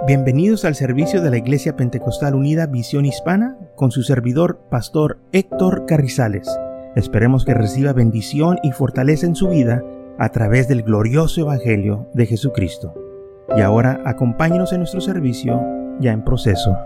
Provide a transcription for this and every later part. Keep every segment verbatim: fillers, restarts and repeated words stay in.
Bienvenidos al servicio de la Iglesia Pentecostal Unida Visión Hispana con su servidor, Pastor Héctor Carrizales. Esperemos que reciba bendición y fortaleza en su vida a través del glorioso Evangelio de Jesucristo. Y ahora acompáñenos en nuestro servicio ya en proceso.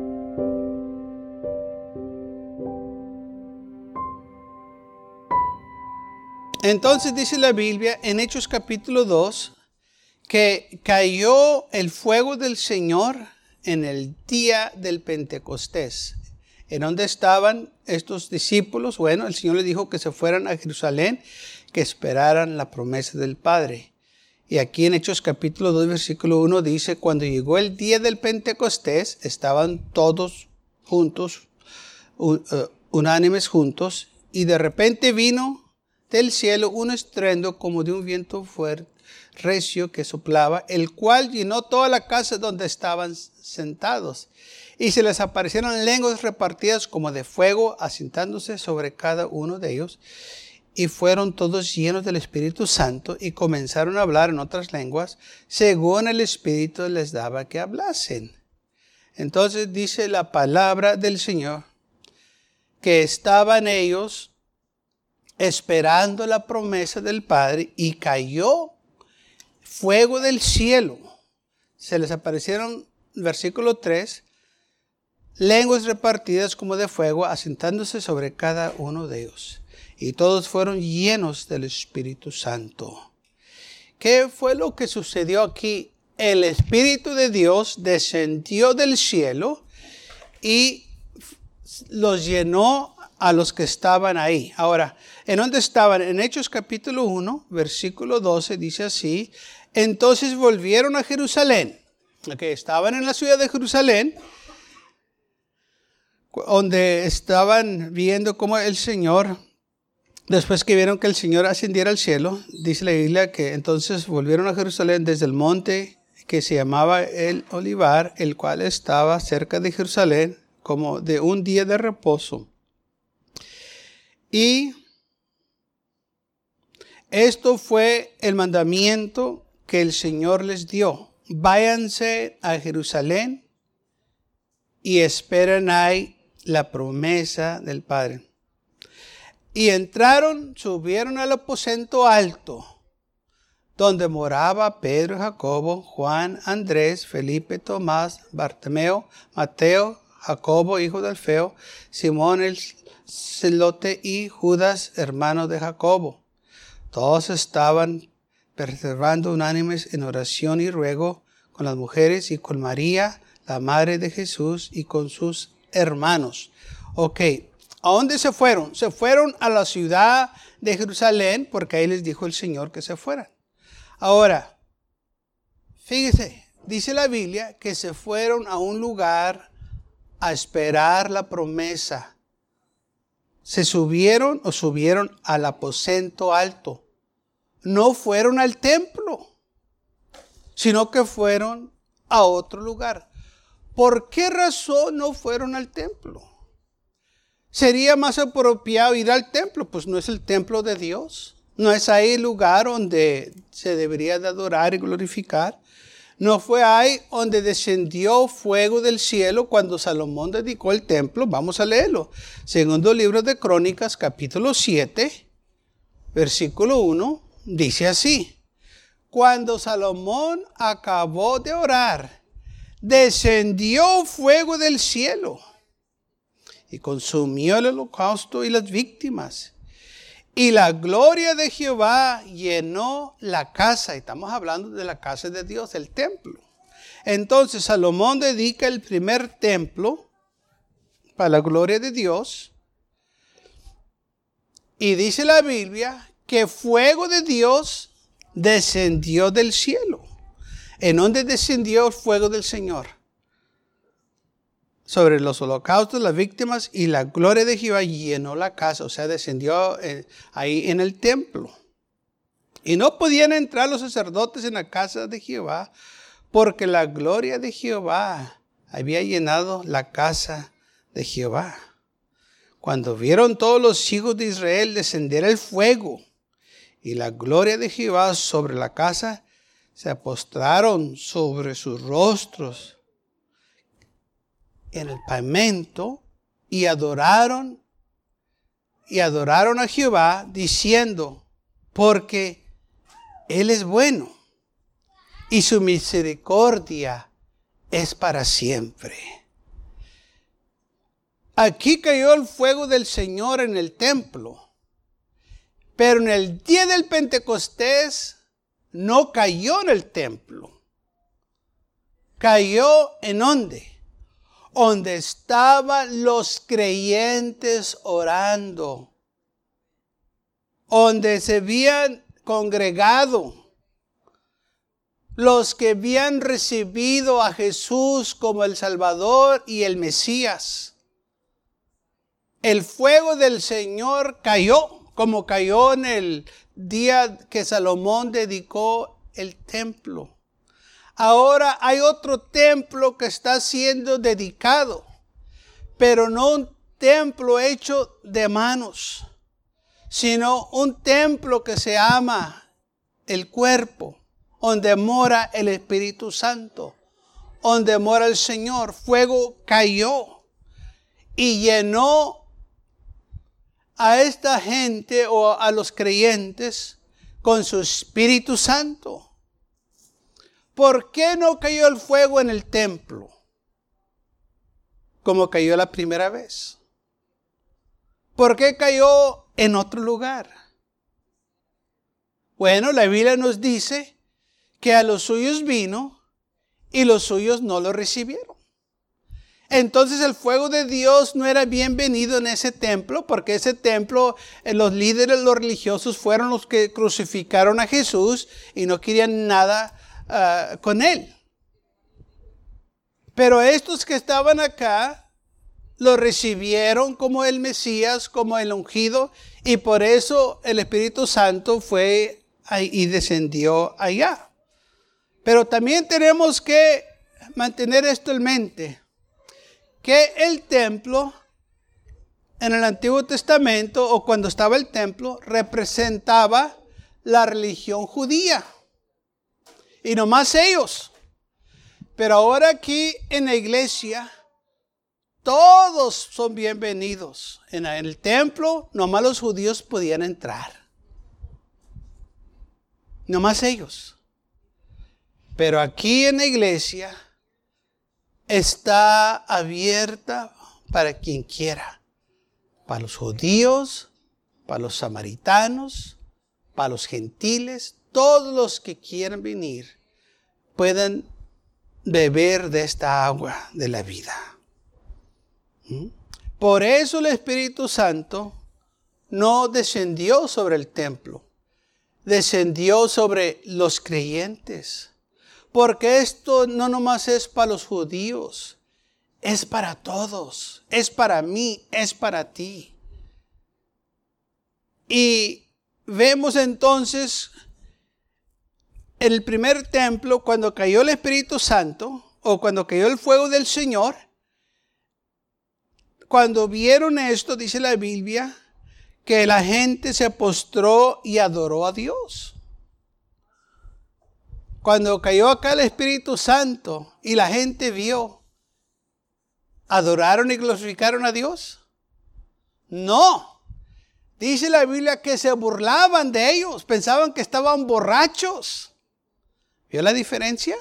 Entonces dice la Biblia en Hechos capítulo dos que cayó el fuego del Señor en el día del Pentecostés. ¿En dónde estaban estos discípulos? Bueno, el Señor les dijo que se fueran a Jerusalén, que esperaran la promesa del Padre. Y aquí en Hechos capítulo dos, versículo uno dice, cuando llegó el día del Pentecostés, estaban todos juntos, unánimes juntos, y de repente vino del cielo un estruendo como de un viento fuerte, recio que soplaba, el cual llenó toda la casa donde estaban sentados. Y se les aparecieron lenguas repartidas como de fuego, asentándose sobre cada uno de ellos. Y fueron todos llenos del Espíritu Santo y comenzaron a hablar en otras lenguas, según el Espíritu les daba que hablasen. Entonces dice la palabra del Señor, que estaban ellos esperando la promesa del Padre y cayó fuego del cielo. Se les aparecieron, versículo tres, lenguas repartidas como de fuego, asentándose sobre cada uno de ellos. Y todos fueron llenos del Espíritu Santo. ¿Qué fue lo que sucedió aquí? El Espíritu de Dios descendió del cielo y los llenó a los que estaban ahí. Ahora, ¿en dónde estaban? En Hechos capítulo uno, versículo doce, dice así, entonces volvieron a Jerusalén. Okay, estaban en la ciudad de Jerusalén, donde estaban viendo cómo el Señor, después que vieron que el Señor ascendiera al cielo, dice la Biblia que entonces volvieron a Jerusalén desde el monte que se llamaba el Olivar, el cual estaba cerca de Jerusalén, como de un día de reposo. Y esto fue el mandamiento que el Señor les dio. Váyanse a Jerusalén y esperen ahí la promesa del Padre. Y entraron, subieron al aposento alto, donde moraba Pedro y Jacobo, Juan, Andrés, Felipe, Tomás, Bartimeo, Mateo, Jacobo, hijo de Alfeo, Simón el Celote y Judas, hermano de Jacobo. Todos estaban perseverando unánimes en oración y ruego con las mujeres y con María, la madre de Jesús, y con sus hermanos. Ok, ¿a dónde se fueron? Se fueron a la ciudad de Jerusalén porque ahí les dijo el Señor que se fueran. Ahora, fíjese, dice la Biblia que se fueron a un lugar a esperar la promesa. Se subieron o subieron al aposento alto. No fueron al templo, sino que fueron a otro lugar. ¿Por qué razón no fueron al templo? ¿Sería más apropiado ir al templo? Pues no es el templo de Dios. No es ahí el lugar donde se debería de adorar y glorificar. No fue ahí donde descendió fuego del cielo cuando Salomón dedicó el templo. Vamos a leerlo. Segundo libro de Crónicas, capítulo siete, versículo uno. Dice así, cuando Salomón acabó de orar, descendió fuego del cielo y consumió el holocausto y las víctimas. Y la gloria de Jehová llenó la casa. Y estamos hablando de la casa de Dios, el templo. Entonces Salomón dedica el primer templo para la gloria de Dios. Y dice la Biblia que fuego de Dios descendió del cielo. ¿En dónde descendió el fuego del Señor? Sobre los holocaustos, las víctimas, y la gloria de Jehová llenó la casa, o sea, descendió eh, ahí en el templo. Y no podían entrar los sacerdotes en la casa de Jehová, porque la gloria de Jehová había llenado la casa de Jehová. Cuando vieron todos los hijos de Israel descender el fuego y la gloria de Jehová sobre la casa, se postraron sobre sus rostros en el pavimento y adoraron y adoraron a Jehová diciendo, porque Él es bueno y su misericordia es para siempre. Aquí cayó el fuego del Señor en el templo, pero en el día del Pentecostés no cayó en el templo. Cayó ¿en dónde? Donde estaban los creyentes orando, donde se habían congregado, los que habían recibido a Jesús como el Salvador y el Mesías. El fuego del Señor cayó, como cayó en el día que Salomón dedicó el templo. Ahora hay otro templo que está siendo dedicado, pero no un templo hecho de manos, sino un templo que se llama el cuerpo, donde mora el Espíritu Santo, donde mora el Señor. Fuego cayó y llenó a esta gente o a los creyentes con su Espíritu Santo. ¿Por qué no cayó el fuego en el templo como cayó la primera vez? ¿Por qué cayó en otro lugar? Bueno, la Biblia nos dice que a los suyos vino y los suyos no lo recibieron. Entonces el fuego de Dios no era bienvenido en ese templo, porque ese templo, los líderes, los religiosos fueron los que crucificaron a Jesús y no querían nada uh, con él. Pero estos que estaban acá lo recibieron como el Mesías, como el ungido, y por eso el Espíritu Santo fue ahí y descendió allá. Pero también tenemos que mantener esto en mente, que el templo en el Antiguo Testamento, o cuando estaba el templo, representaba la religión judía. Y nomás ellos. Pero ahora aquí en la iglesia, todos son bienvenidos. En el templo, nomás los judíos podían entrar. Nomás ellos. Pero aquí en la iglesia está abierta para quien quiera. Para los judíos, para los samaritanos, para los gentiles. Todos los que quieran venir pueden beber de esta agua de la vida. ¿Mm? Por eso el Espíritu Santo no descendió sobre el templo. Descendió sobre los creyentes. Porque esto no nomás es para los judíos, es para todos, es para mí, es para ti. Y vemos entonces en el primer templo, cuando cayó el Espíritu Santo, o cuando cayó el fuego del Señor, cuando vieron esto, dice la Biblia, que la gente se postró y adoró a Dios. Cuando cayó acá el Espíritu Santo y la gente vio, ¿adoraron y glorificaron a Dios? No. Dice la Biblia que se burlaban de ellos, pensaban que estaban borrachos. ¿Vio la diferencia?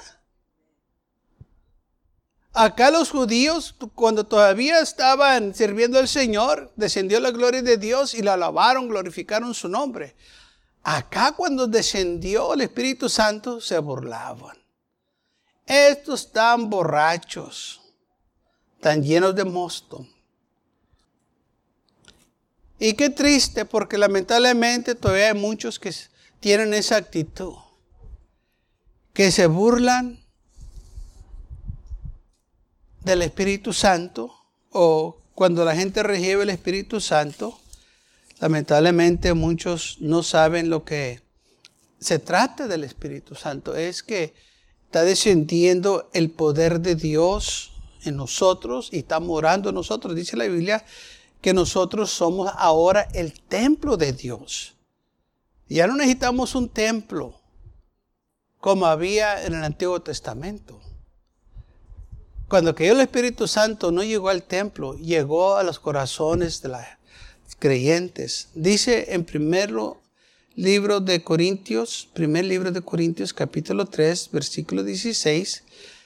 Acá los judíos, cuando todavía estaban sirviendo al Señor, descendió la gloria de Dios y la alabaron, glorificaron su nombre. Acá cuando descendió el Espíritu Santo se burlaban. Estos están borrachos, tan llenos de mosto. Y qué triste, porque lamentablemente todavía hay muchos que tienen esa actitud, que se burlan del Espíritu Santo, o cuando la gente recibe el Espíritu Santo, lamentablemente muchos no saben lo que se trata del Espíritu Santo. Es que está descendiendo el poder de Dios en nosotros y está morando en nosotros. Dice la Biblia que nosotros somos ahora el templo de Dios. Ya no necesitamos un templo como había en el Antiguo Testamento. Cuando cayó el Espíritu Santo no llegó al templo, llegó a los corazones de los creyentes. Dice en primer libro de Corintios, primer libro de Corintios, capítulo tres, versículo dieciséis.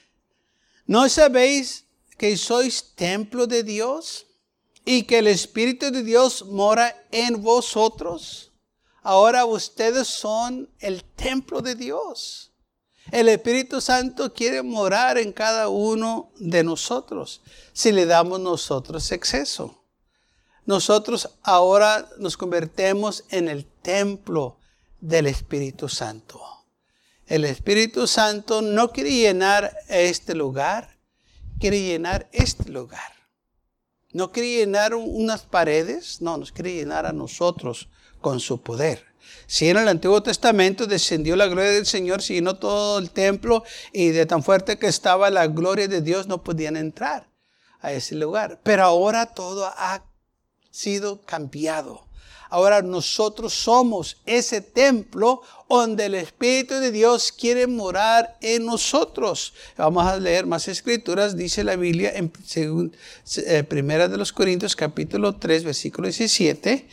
¿No sabéis que sois templo de Dios y que el Espíritu de Dios mora en vosotros? Ahora ustedes son el templo de Dios. El Espíritu Santo quiere morar en cada uno de nosotros si le damos nosotros acceso. Nosotros ahora nos convertimos en el templo del Espíritu Santo. El Espíritu Santo no quiere llenar este lugar, quiere llenar este lugar. No quiere llenar unas paredes, no, nos quiere llenar a nosotros con su poder. Si en el Antiguo Testamento descendió la gloria del Señor, se llenó todo el templo y de tan fuerte que estaba la gloria de Dios no podían entrar a ese lugar. Pero ahora todo ha sido cambiado. Ahora nosotros somos ese templo donde el Espíritu de Dios quiere morar en nosotros. Vamos a leer más escrituras. Dice la Biblia en según, eh, Primera de los Corintios capítulo tres versículo diecisiete.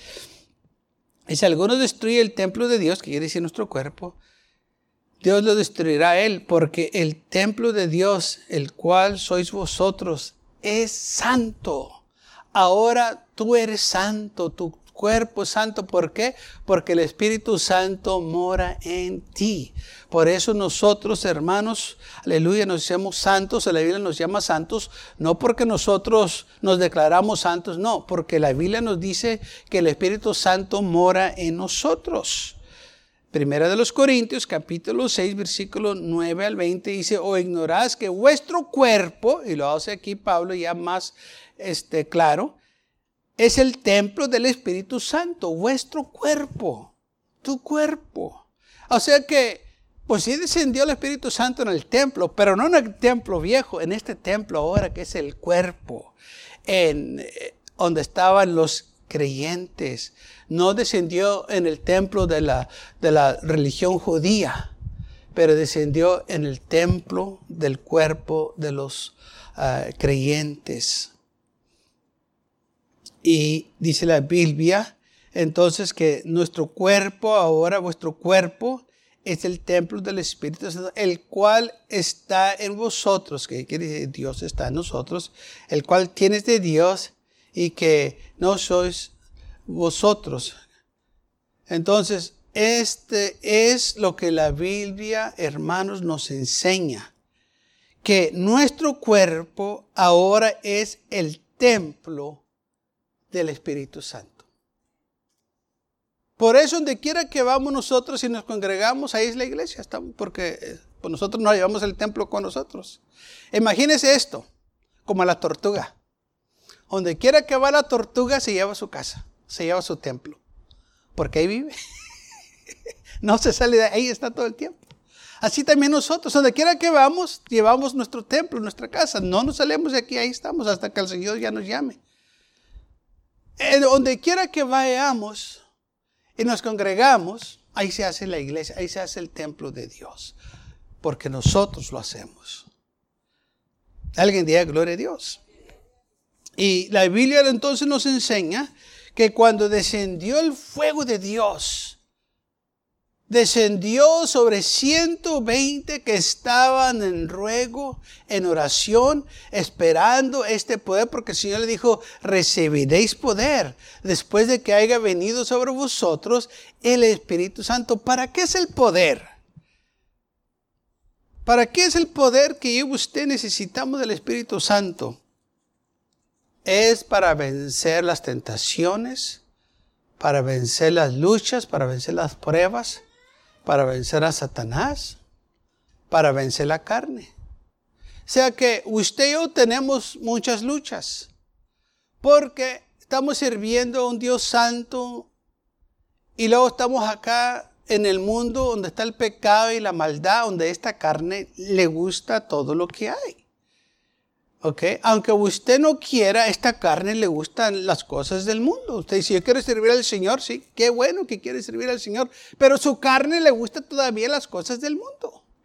Y si alguno destruye el templo de Dios, que quiere decir nuestro cuerpo, Dios lo destruirá a él, porque el templo de Dios, el cual sois vosotros, es santo. Ahora tú eres santo, tu cuerpo es santo. ¿Por qué? Porque el Espíritu Santo mora en ti. Por eso nosotros, hermanos, aleluya, nos llamamos santos. La Biblia nos llama santos, no porque nosotros nos declaramos santos, no, porque la Biblia nos dice que el Espíritu Santo mora en nosotros. Primera de los Corintios, capítulo seis, versículo nueve al veinte, dice, o ignoráis que vuestro cuerpo, y lo hace aquí Pablo ya más este, claro, es el templo del Espíritu Santo, vuestro cuerpo, tu cuerpo. O sea que, pues sí descendió el Espíritu Santo en el templo, pero no en el templo viejo, en este templo ahora que es el cuerpo, en eh, donde estaban los creyentes. No descendió en el templo de la, de la religión judía, pero descendió en el templo del cuerpo de los uh, creyentes. Y dice la Biblia, entonces, que nuestro cuerpo, ahora vuestro cuerpo, es el templo del Espíritu Santo, el cual está en vosotros, que quiere decir Dios está en nosotros, el cual tienes de Dios y que no sois vosotros. Entonces, este es lo que la Biblia, hermanos, nos enseña, que nuestro cuerpo ahora es el templo del Espíritu Santo. Por eso, donde quiera que vamos nosotros y nos congregamos, ahí es la iglesia, estamos, porque pues nosotros no llevamos el templo con nosotros. Imagínese esto, como la tortuga. Donde quiera que va la tortuga, se lleva su casa, se lleva su templo, porque ahí vive. No se sale de ahí, está todo el tiempo. Así también nosotros, donde quiera que vamos, llevamos nuestro templo, nuestra casa. No nos salimos de aquí, ahí estamos, hasta que el Señor ya nos llame. Eh, donde quiera que vayamos y nos congregamos, ahí se hace la iglesia, ahí se hace el templo de Dios, porque nosotros lo hacemos. Alguien diga gloria a Dios. Y la Biblia entonces nos enseña que cuando descendió el fuego de Dios, descendió sobre ciento veinte que estaban en ruego, en oración, esperando este poder, porque el Señor le dijo, recibiréis poder después de que haya venido sobre vosotros el Espíritu Santo. ¿Para qué es el poder? ¿Para qué es el poder que yo y usted necesitamos del Espíritu Santo? Es para vencer las tentaciones, para vencer las luchas, para vencer las pruebas, para vencer a Satanás, para vencer la carne. O sea que usted y yo tenemos muchas luchas, porque estamos sirviendo a un Dios santo y luego estamos acá en el mundo donde está el pecado y la maldad, donde esta carne le gusta todo lo que hay. Okay. Aunque usted no quiera, esta carne le gustan las cosas del mundo. Usted dice, yo quiero servir al Señor, sí, qué bueno que quiere servir al Señor, pero su carne le gusta todavía las cosas del mundo.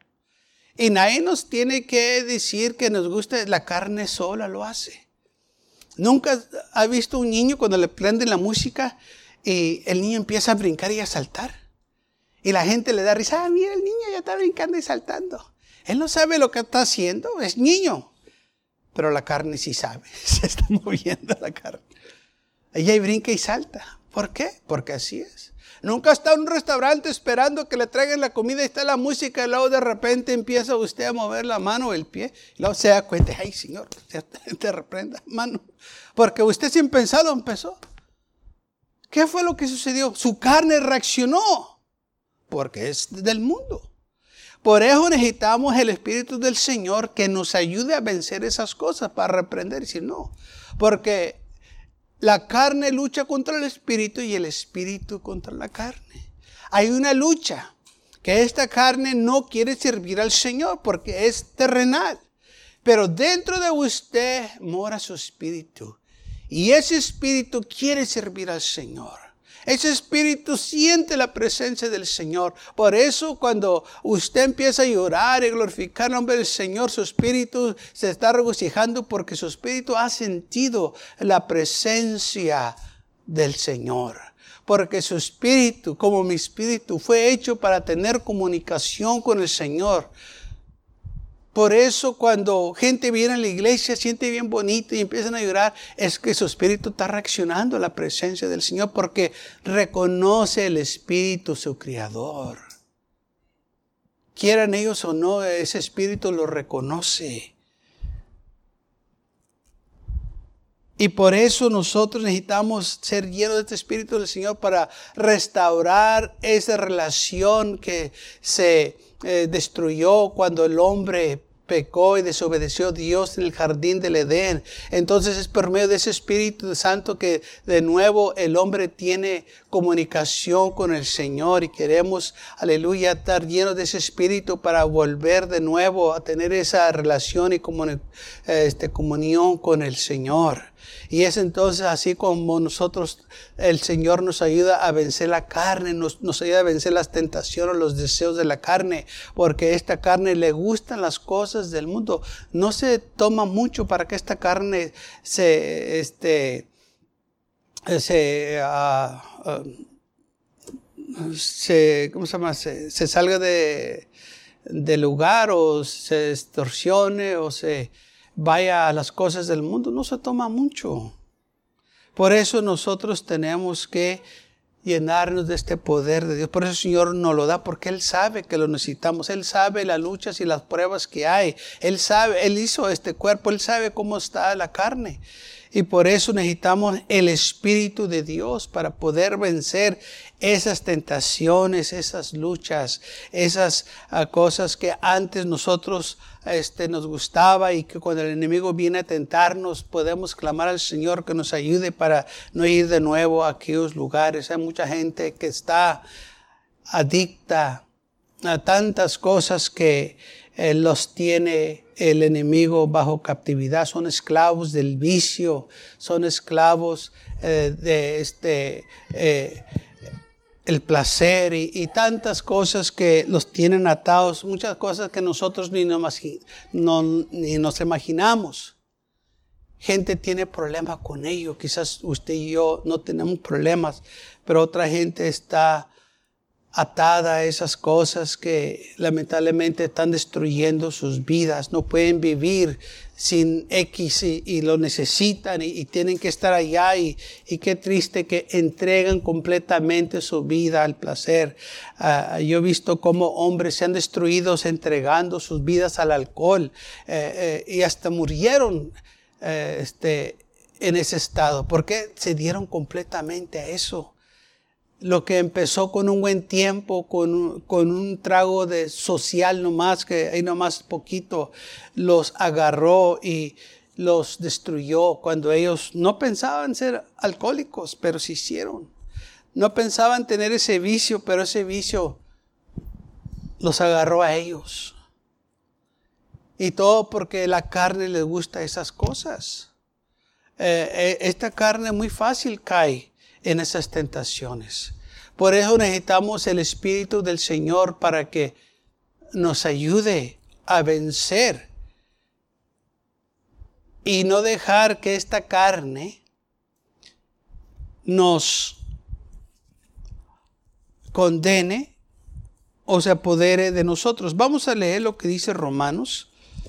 Y nadie nos tiene que decir que nos gusta, la carne sola lo hace. ¿Nunca ha visto un niño cuando le prenden la música y el niño empieza a brincar y a saltar? Y la gente le da risa, ah, mira, el niño ya está brincando y saltando. Él no sabe lo que está haciendo, es niño. Pero la carne sí sabe, se está moviendo la carne. Ella brinca y salta. ¿Por qué? Porque así es. Nunca está en un restaurante esperando que le traigan la comida y está la música y luego de repente empieza usted a mover la mano o el pie. Y luego se da cuenta, ay Señor, te reprenda, mano. Porque usted sin pensarlo empezó. ¿Qué fue lo que sucedió? Su carne reaccionó. Porque es del mundo. Por eso necesitamos el Espíritu del Señor que nos ayude a vencer esas cosas para reprender y decir no. Porque la carne lucha contra el Espíritu y el Espíritu contra la carne. Hay una lucha que esta carne no quiere servir al Señor porque es terrenal. Pero dentro de usted mora su Espíritu. Y ese Espíritu quiere servir al Señor. Ese Espíritu siente la presencia del Señor. Por eso cuando usted empieza a llorar y glorificar el nombre del Señor, su Espíritu se está regocijando porque su Espíritu ha sentido la presencia del Señor. Porque su Espíritu, como mi Espíritu, fue hecho para tener comunicación con el Señor. Por eso cuando gente viene a la iglesia, siente bien bonito y empiezan a llorar, es que su espíritu está reaccionando a la presencia del Señor porque reconoce el Espíritu, su Creador. Quieran ellos o no, ese Espíritu lo reconoce. Y por eso nosotros necesitamos ser llenos de este Espíritu del Señor para restaurar esa relación que se eh, destruyó cuando el hombre pecó y desobedeció a Dios en el jardín del Edén. Entonces es por medio de ese Espíritu Santo que de nuevo el hombre tiene comunicación con el Señor y queremos, aleluya, estar llenos de ese Espíritu para volver de nuevo a tener esa relación y comuni- este, comunión con el Señor. Y es entonces así como nosotros, el Señor nos ayuda a vencer la carne, nos, nos ayuda a vencer las tentaciones, los deseos de la carne, porque a esta carne le gustan las cosas del mundo. No se toma mucho para que esta carne se, este, se, uh, uh, se ¿cómo se llama? Se, se salga de, de lugar o se extorsione o se vaya a las cosas del mundo. No se toma mucho. Por eso nosotros tenemos que llenarnos de este poder de Dios. Por eso el Señor nos lo da, porque Él sabe que lo necesitamos. Él sabe las luchas y las pruebas que hay. Él sabe, Él hizo este cuerpo, Él sabe cómo está la carne. Y por eso necesitamos el Espíritu de Dios para poder vencer esas tentaciones, esas luchas, esas uh, cosas que antes nosotros este, nos gustaba y que cuando el enemigo viene a tentarnos podemos clamar al Señor que nos ayude para no ir de nuevo a aquellos lugares. Hay mucha gente que está adicta a tantas cosas que eh, los tiene el enemigo bajo captividad, son esclavos del vicio, son esclavos eh, de este eh, el placer y, y tantas cosas que los tienen atados, muchas cosas que nosotros ni nos, no, ni nos imaginamos. Gente tiene problemas con ello, quizás usted y yo no tenemos problemas, pero otra gente está atada a esas cosas que lamentablemente están destruyendo sus vidas. No pueden vivir sin X y, y lo necesitan y, y tienen que estar allá y, y qué triste que entregan completamente su vida al placer. Uh, yo he visto cómo hombres se han destruido entregando sus vidas al alcohol eh, eh, y hasta murieron eh, este, en ese estado porque se dieron completamente a eso. Lo que empezó con un buen tiempo, con un, con un trago de social nomás, que ahí nomás poquito, los agarró y los destruyó cuando ellos no pensaban ser alcohólicos, pero se hicieron. No pensaban tener ese vicio, pero ese vicio los agarró a ellos. Y todo porque la carne les gusta esas cosas. Eh, esta carne muy fácil cae en esas tentaciones. Por eso necesitamos el Espíritu del Señor para que nos ayude a vencer y no dejar que esta carne nos condene o se apodere de nosotros. Vamos a leer lo que dice Romanos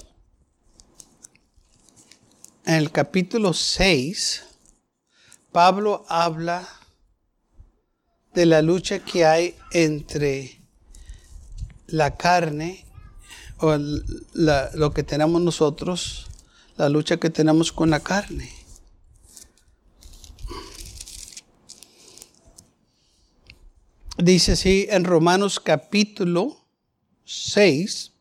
en el capítulo seis. Pablo habla de la lucha que hay entre la carne o la, lo que tenemos nosotros, la lucha que tenemos con la carne. Dice así en Romanos capítulo seis,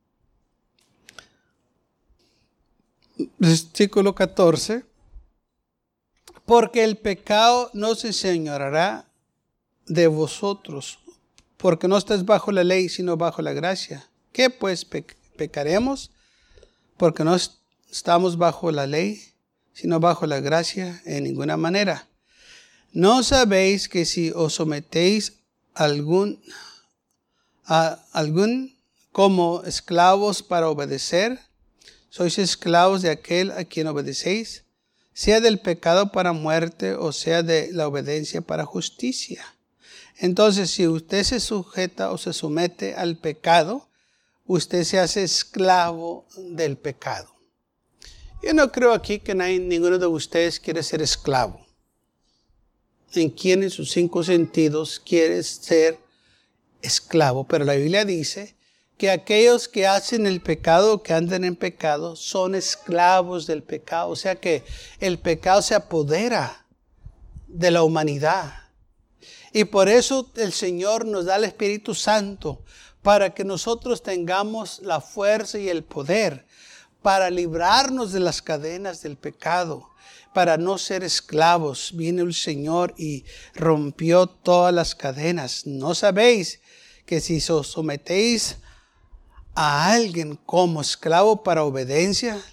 versículo catorce. Porque el pecado no se enseñoreará de vosotros, porque no estáis bajo la ley, sino bajo la gracia. ¿Qué pues pe- pecaremos? Porque no estamos bajo la ley, sino bajo la gracia en ninguna manera. ¿No sabéis que si os sometéis a algún, a algún como esclavos para obedecer, sois esclavos de aquel a quien obedecéis, sea del pecado para muerte o sea de la obediencia para justicia? Entonces, si usted se sujeta o se somete al pecado, usted se hace esclavo del pecado. Yo no creo aquí que nadie, ninguno de ustedes quiere ser esclavo. ¿En quién en sus cinco sentidos quiere ser esclavo? Pero la Biblia dice que aquellos que hacen el pecado, que andan en pecado, son esclavos del pecado. O sea que el pecado se apodera de la humanidad. Y por eso el Señor nos da el Espíritu Santo, para que nosotros tengamos la fuerza y el poder para librarnos de las cadenas del pecado, para no ser esclavos. Vino el Señor y rompió todas las cadenas. ¿No sabéis que si os sometéis a alguien como esclavo para obediencia,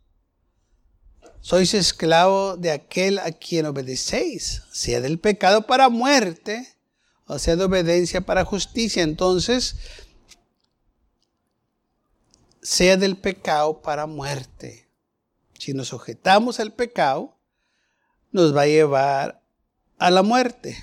sois esclavo de aquel a quien obedecéis, sea del pecado para muerte, o sea de obediencia para justicia? Entonces, sea del pecado para muerte. Si nos sujetamos al pecado, nos va a llevar a la muerte.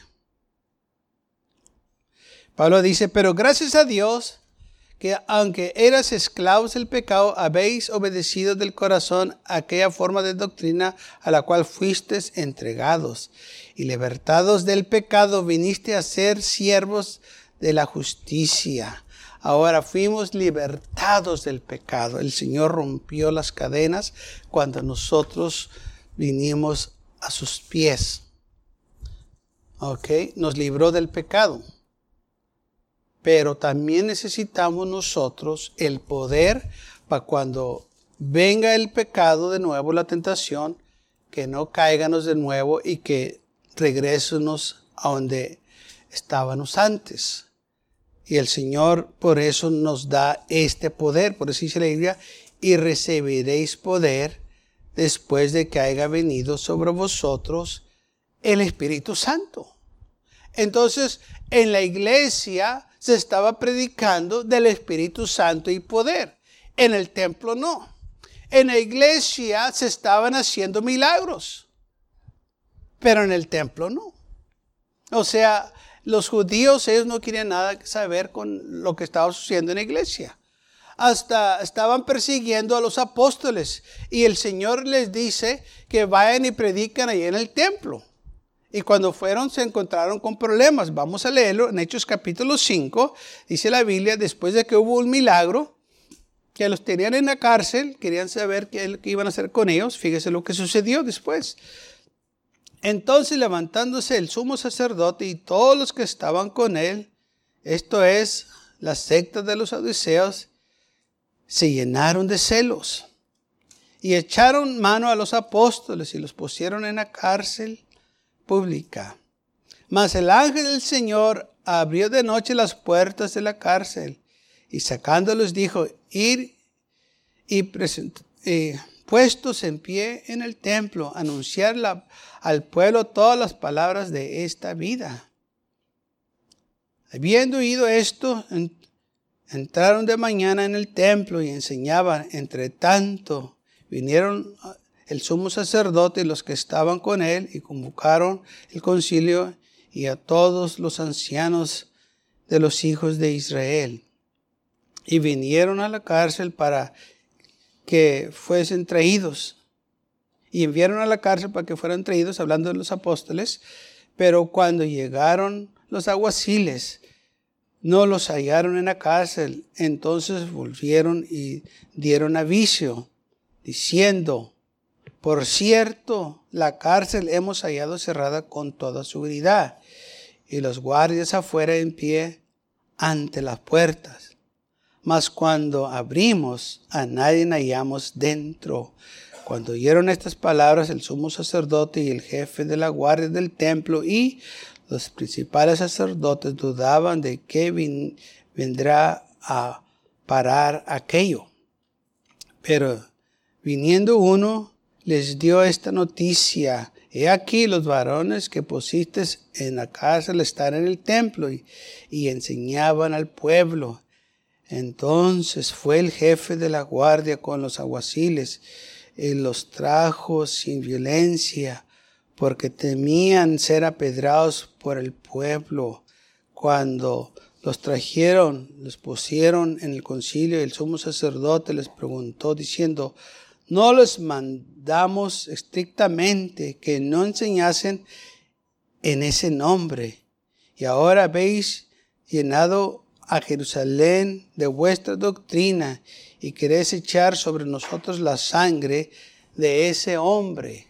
Pablo dice, pero gracias a Dios, que aunque eras esclavos del pecado, habéis obedecido del corazón aquella forma de doctrina a la cual fuisteis entregados. Y libertados del pecado, viniste a ser siervos de la justicia. Ahora fuimos libertados del pecado. El Señor rompió las cadenas cuando nosotros vinimos a sus pies. ¿Ok? Nos libró del pecado. Pero también necesitamos nosotros el poder para cuando venga el pecado de nuevo, la tentación, que no cáiganos de nuevo y que regresenos a donde estábamos antes. Y el Señor por eso nos da este poder. Por eso dice la Biblia, y recibiréis poder después de que haya venido sobre vosotros el Espíritu Santo. Entonces, en la iglesia se estaba predicando del Espíritu Santo y poder. En el templo no. En la iglesia se estaban haciendo milagros, pero en el templo no. O sea, los judíos, ellos no querían nada que saber con lo que estaba sucediendo en la iglesia. Hasta estaban persiguiendo a los apóstoles. Y el Señor les dice que vayan y predican ahí en el templo. Y cuando fueron se encontraron con problemas. Vamos a leerlo en Hechos capítulo cinco. Dice la Biblia, después de que hubo un milagro, que los tenían en la cárcel, querían saber qué, qué iban a hacer con ellos. Fíjese lo que sucedió después. Entonces, levantándose el sumo sacerdote y todos los que estaban con él, esto es, la secta de los saduceos, se llenaron de celos y echaron mano a los apóstoles y los pusieron en la cárcel pública. Mas el ángel del Señor abrió de noche las puertas de la cárcel y sacándolos dijo, ir y present- eh, puestos en pie en el templo, anunciar la, al pueblo todas las palabras de esta vida. Habiendo oído esto, entraron de mañana en el templo y enseñaban. Entre tanto, vinieron el sumo sacerdote y los que estaban con él y convocaron el concilio y a todos los ancianos de los hijos de Israel. Y vinieron a la cárcel para que fuesen traídos. Y enviaron a la cárcel para que fueran traídos, hablando de los apóstoles. Pero cuando llegaron los alguaciles, no los hallaron en la cárcel. Entonces volvieron y dieron aviso, diciendo: por cierto, la cárcel hemos hallado cerrada con toda seguridad, y los guardias afuera en pie ante las puertas. Mas cuando abrimos, a nadie hallamos dentro. Cuando oyeron estas palabras, el sumo sacerdote y el jefe de la guardia del templo y los principales sacerdotes dudaban de que vin- vendrá a parar aquello. Pero viniendo uno, les dio esta noticia: he aquí los varones que pusiste en la cárcel están en el templo y, y enseñaban al pueblo. Entonces fue el jefe de la guardia con los alguaciles y los trajo sin violencia, porque temían ser apedrados por el pueblo. Cuando los trajeron, los pusieron en el concilio, y el sumo sacerdote les preguntó diciendo: ¿no les mandamos estrictamente que no enseñasen en ese nombre? Y ahora habéis llenado a Jerusalén de vuestra doctrina y queréis echar sobre nosotros la sangre de ese hombre.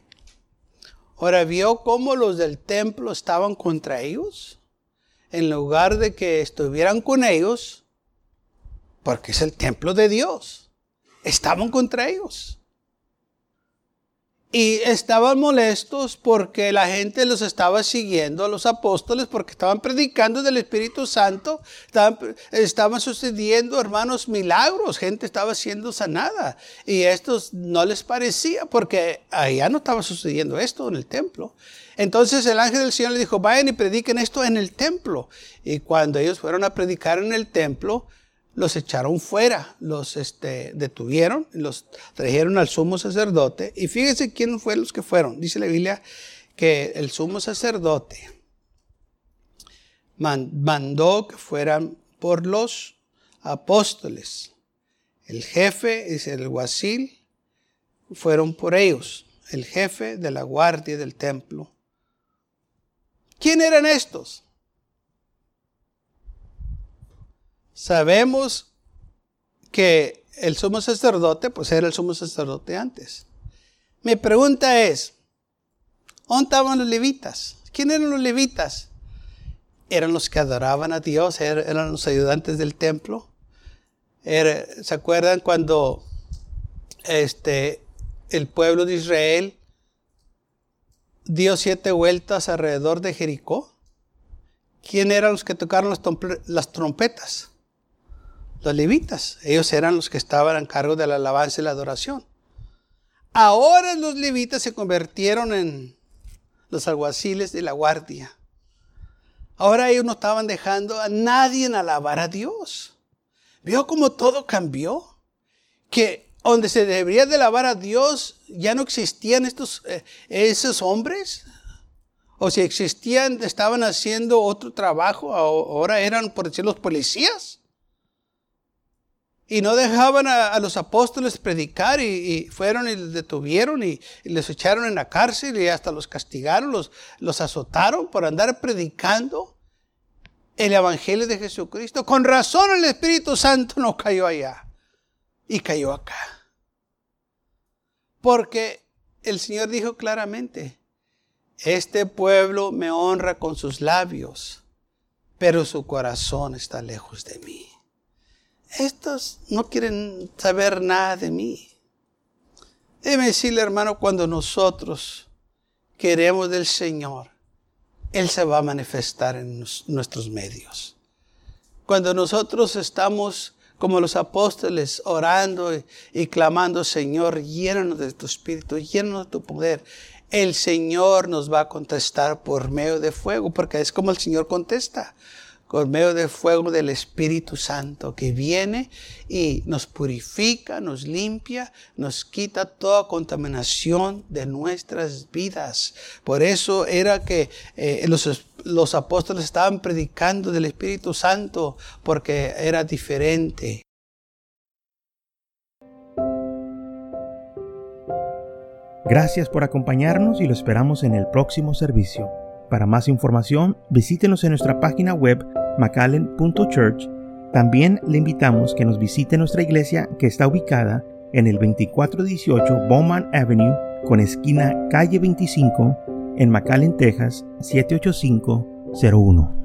Ahora, ¿vio cómo los del templo estaban contra ellos? En lugar de que estuvieran con ellos, porque es el templo de Dios, estaban contra ellos. Y estaban molestos porque la gente los estaba siguiendo a los apóstoles, porque estaban predicando del Espíritu Santo. Estaban, estaban sucediendo, hermanos, milagros. Gente estaba siendo sanada. Y estos no les parecía, porque allá no estaba sucediendo esto en el templo. Entonces el ángel del Señor le dijo: vayan y prediquen esto en el templo. Y cuando ellos fueron a predicar en el templo, los echaron fuera, los este, detuvieron, los trajeron al sumo sacerdote. Y fíjense quién fue los que fueron. Dice la Biblia que el sumo sacerdote mandó que fueran por los apóstoles. El jefe, dice el alguacil, fueron por ellos. El jefe de la guardia del templo. ¿Quién eran estos? Sabemos que el sumo sacerdote, pues era el sumo sacerdote antes. Mi pregunta es: ¿dónde estaban los levitas? ¿Quién eran los levitas? Eran los que adoraban a Dios, eran los ayudantes del templo. Era, ¿se acuerdan cuando este, el pueblo de Israel dio siete vueltas alrededor de Jericó? ¿Quién eran los que tocaron las, las trompetas? Los levitas. Ellos eran los que estaban a cargo de la alabanza y la adoración. Ahora los levitas se convirtieron en los alguaciles de la guardia. Ahora ellos no estaban dejando a nadie en alabar a Dios. ¿Vio cómo todo cambió? Que donde se debería de alabar a Dios ya no existían estos, eh, esos hombres. O si existían, estaban haciendo otro trabajo. Ahora eran, por decir, los policías. Y no dejaban a, a los apóstoles predicar y, y fueron y les detuvieron y, y les echaron en la cárcel y hasta los castigaron, los, los azotaron por andar predicando el evangelio de Jesucristo. Con razón el Espíritu Santo no cayó allá y cayó acá. Porque el Señor dijo claramente: este pueblo me honra con sus labios, pero su corazón está lejos de mí. Estos no quieren saber nada de mí. Déjeme decirle, hermano, cuando nosotros queremos del Señor, Él se va a manifestar en nos, nuestros medios. Cuando nosotros estamos como los apóstoles orando y, y clamando: Señor, llénanos de tu Espíritu, llénanos de tu poder, el Señor nos va a contestar por medio de fuego, porque es como el Señor contesta. por medio del fuego del Espíritu Santo que viene y nos purifica, nos limpia, nos quita toda contaminación de nuestras vidas. Por eso era que eh, los, los apóstoles estaban predicando del Espíritu Santo, porque era diferente. Gracias por acompañarnos y lo esperamos en el próximo servicio. Para más información, visítenos en nuestra página web macallen punto church. También le invitamos que nos visite nuestra iglesia, que está ubicada en el veinticuatro dieciocho Bowman Avenue con esquina calle veinticinco en McAllen, Texas siete ocho cinco cero uno.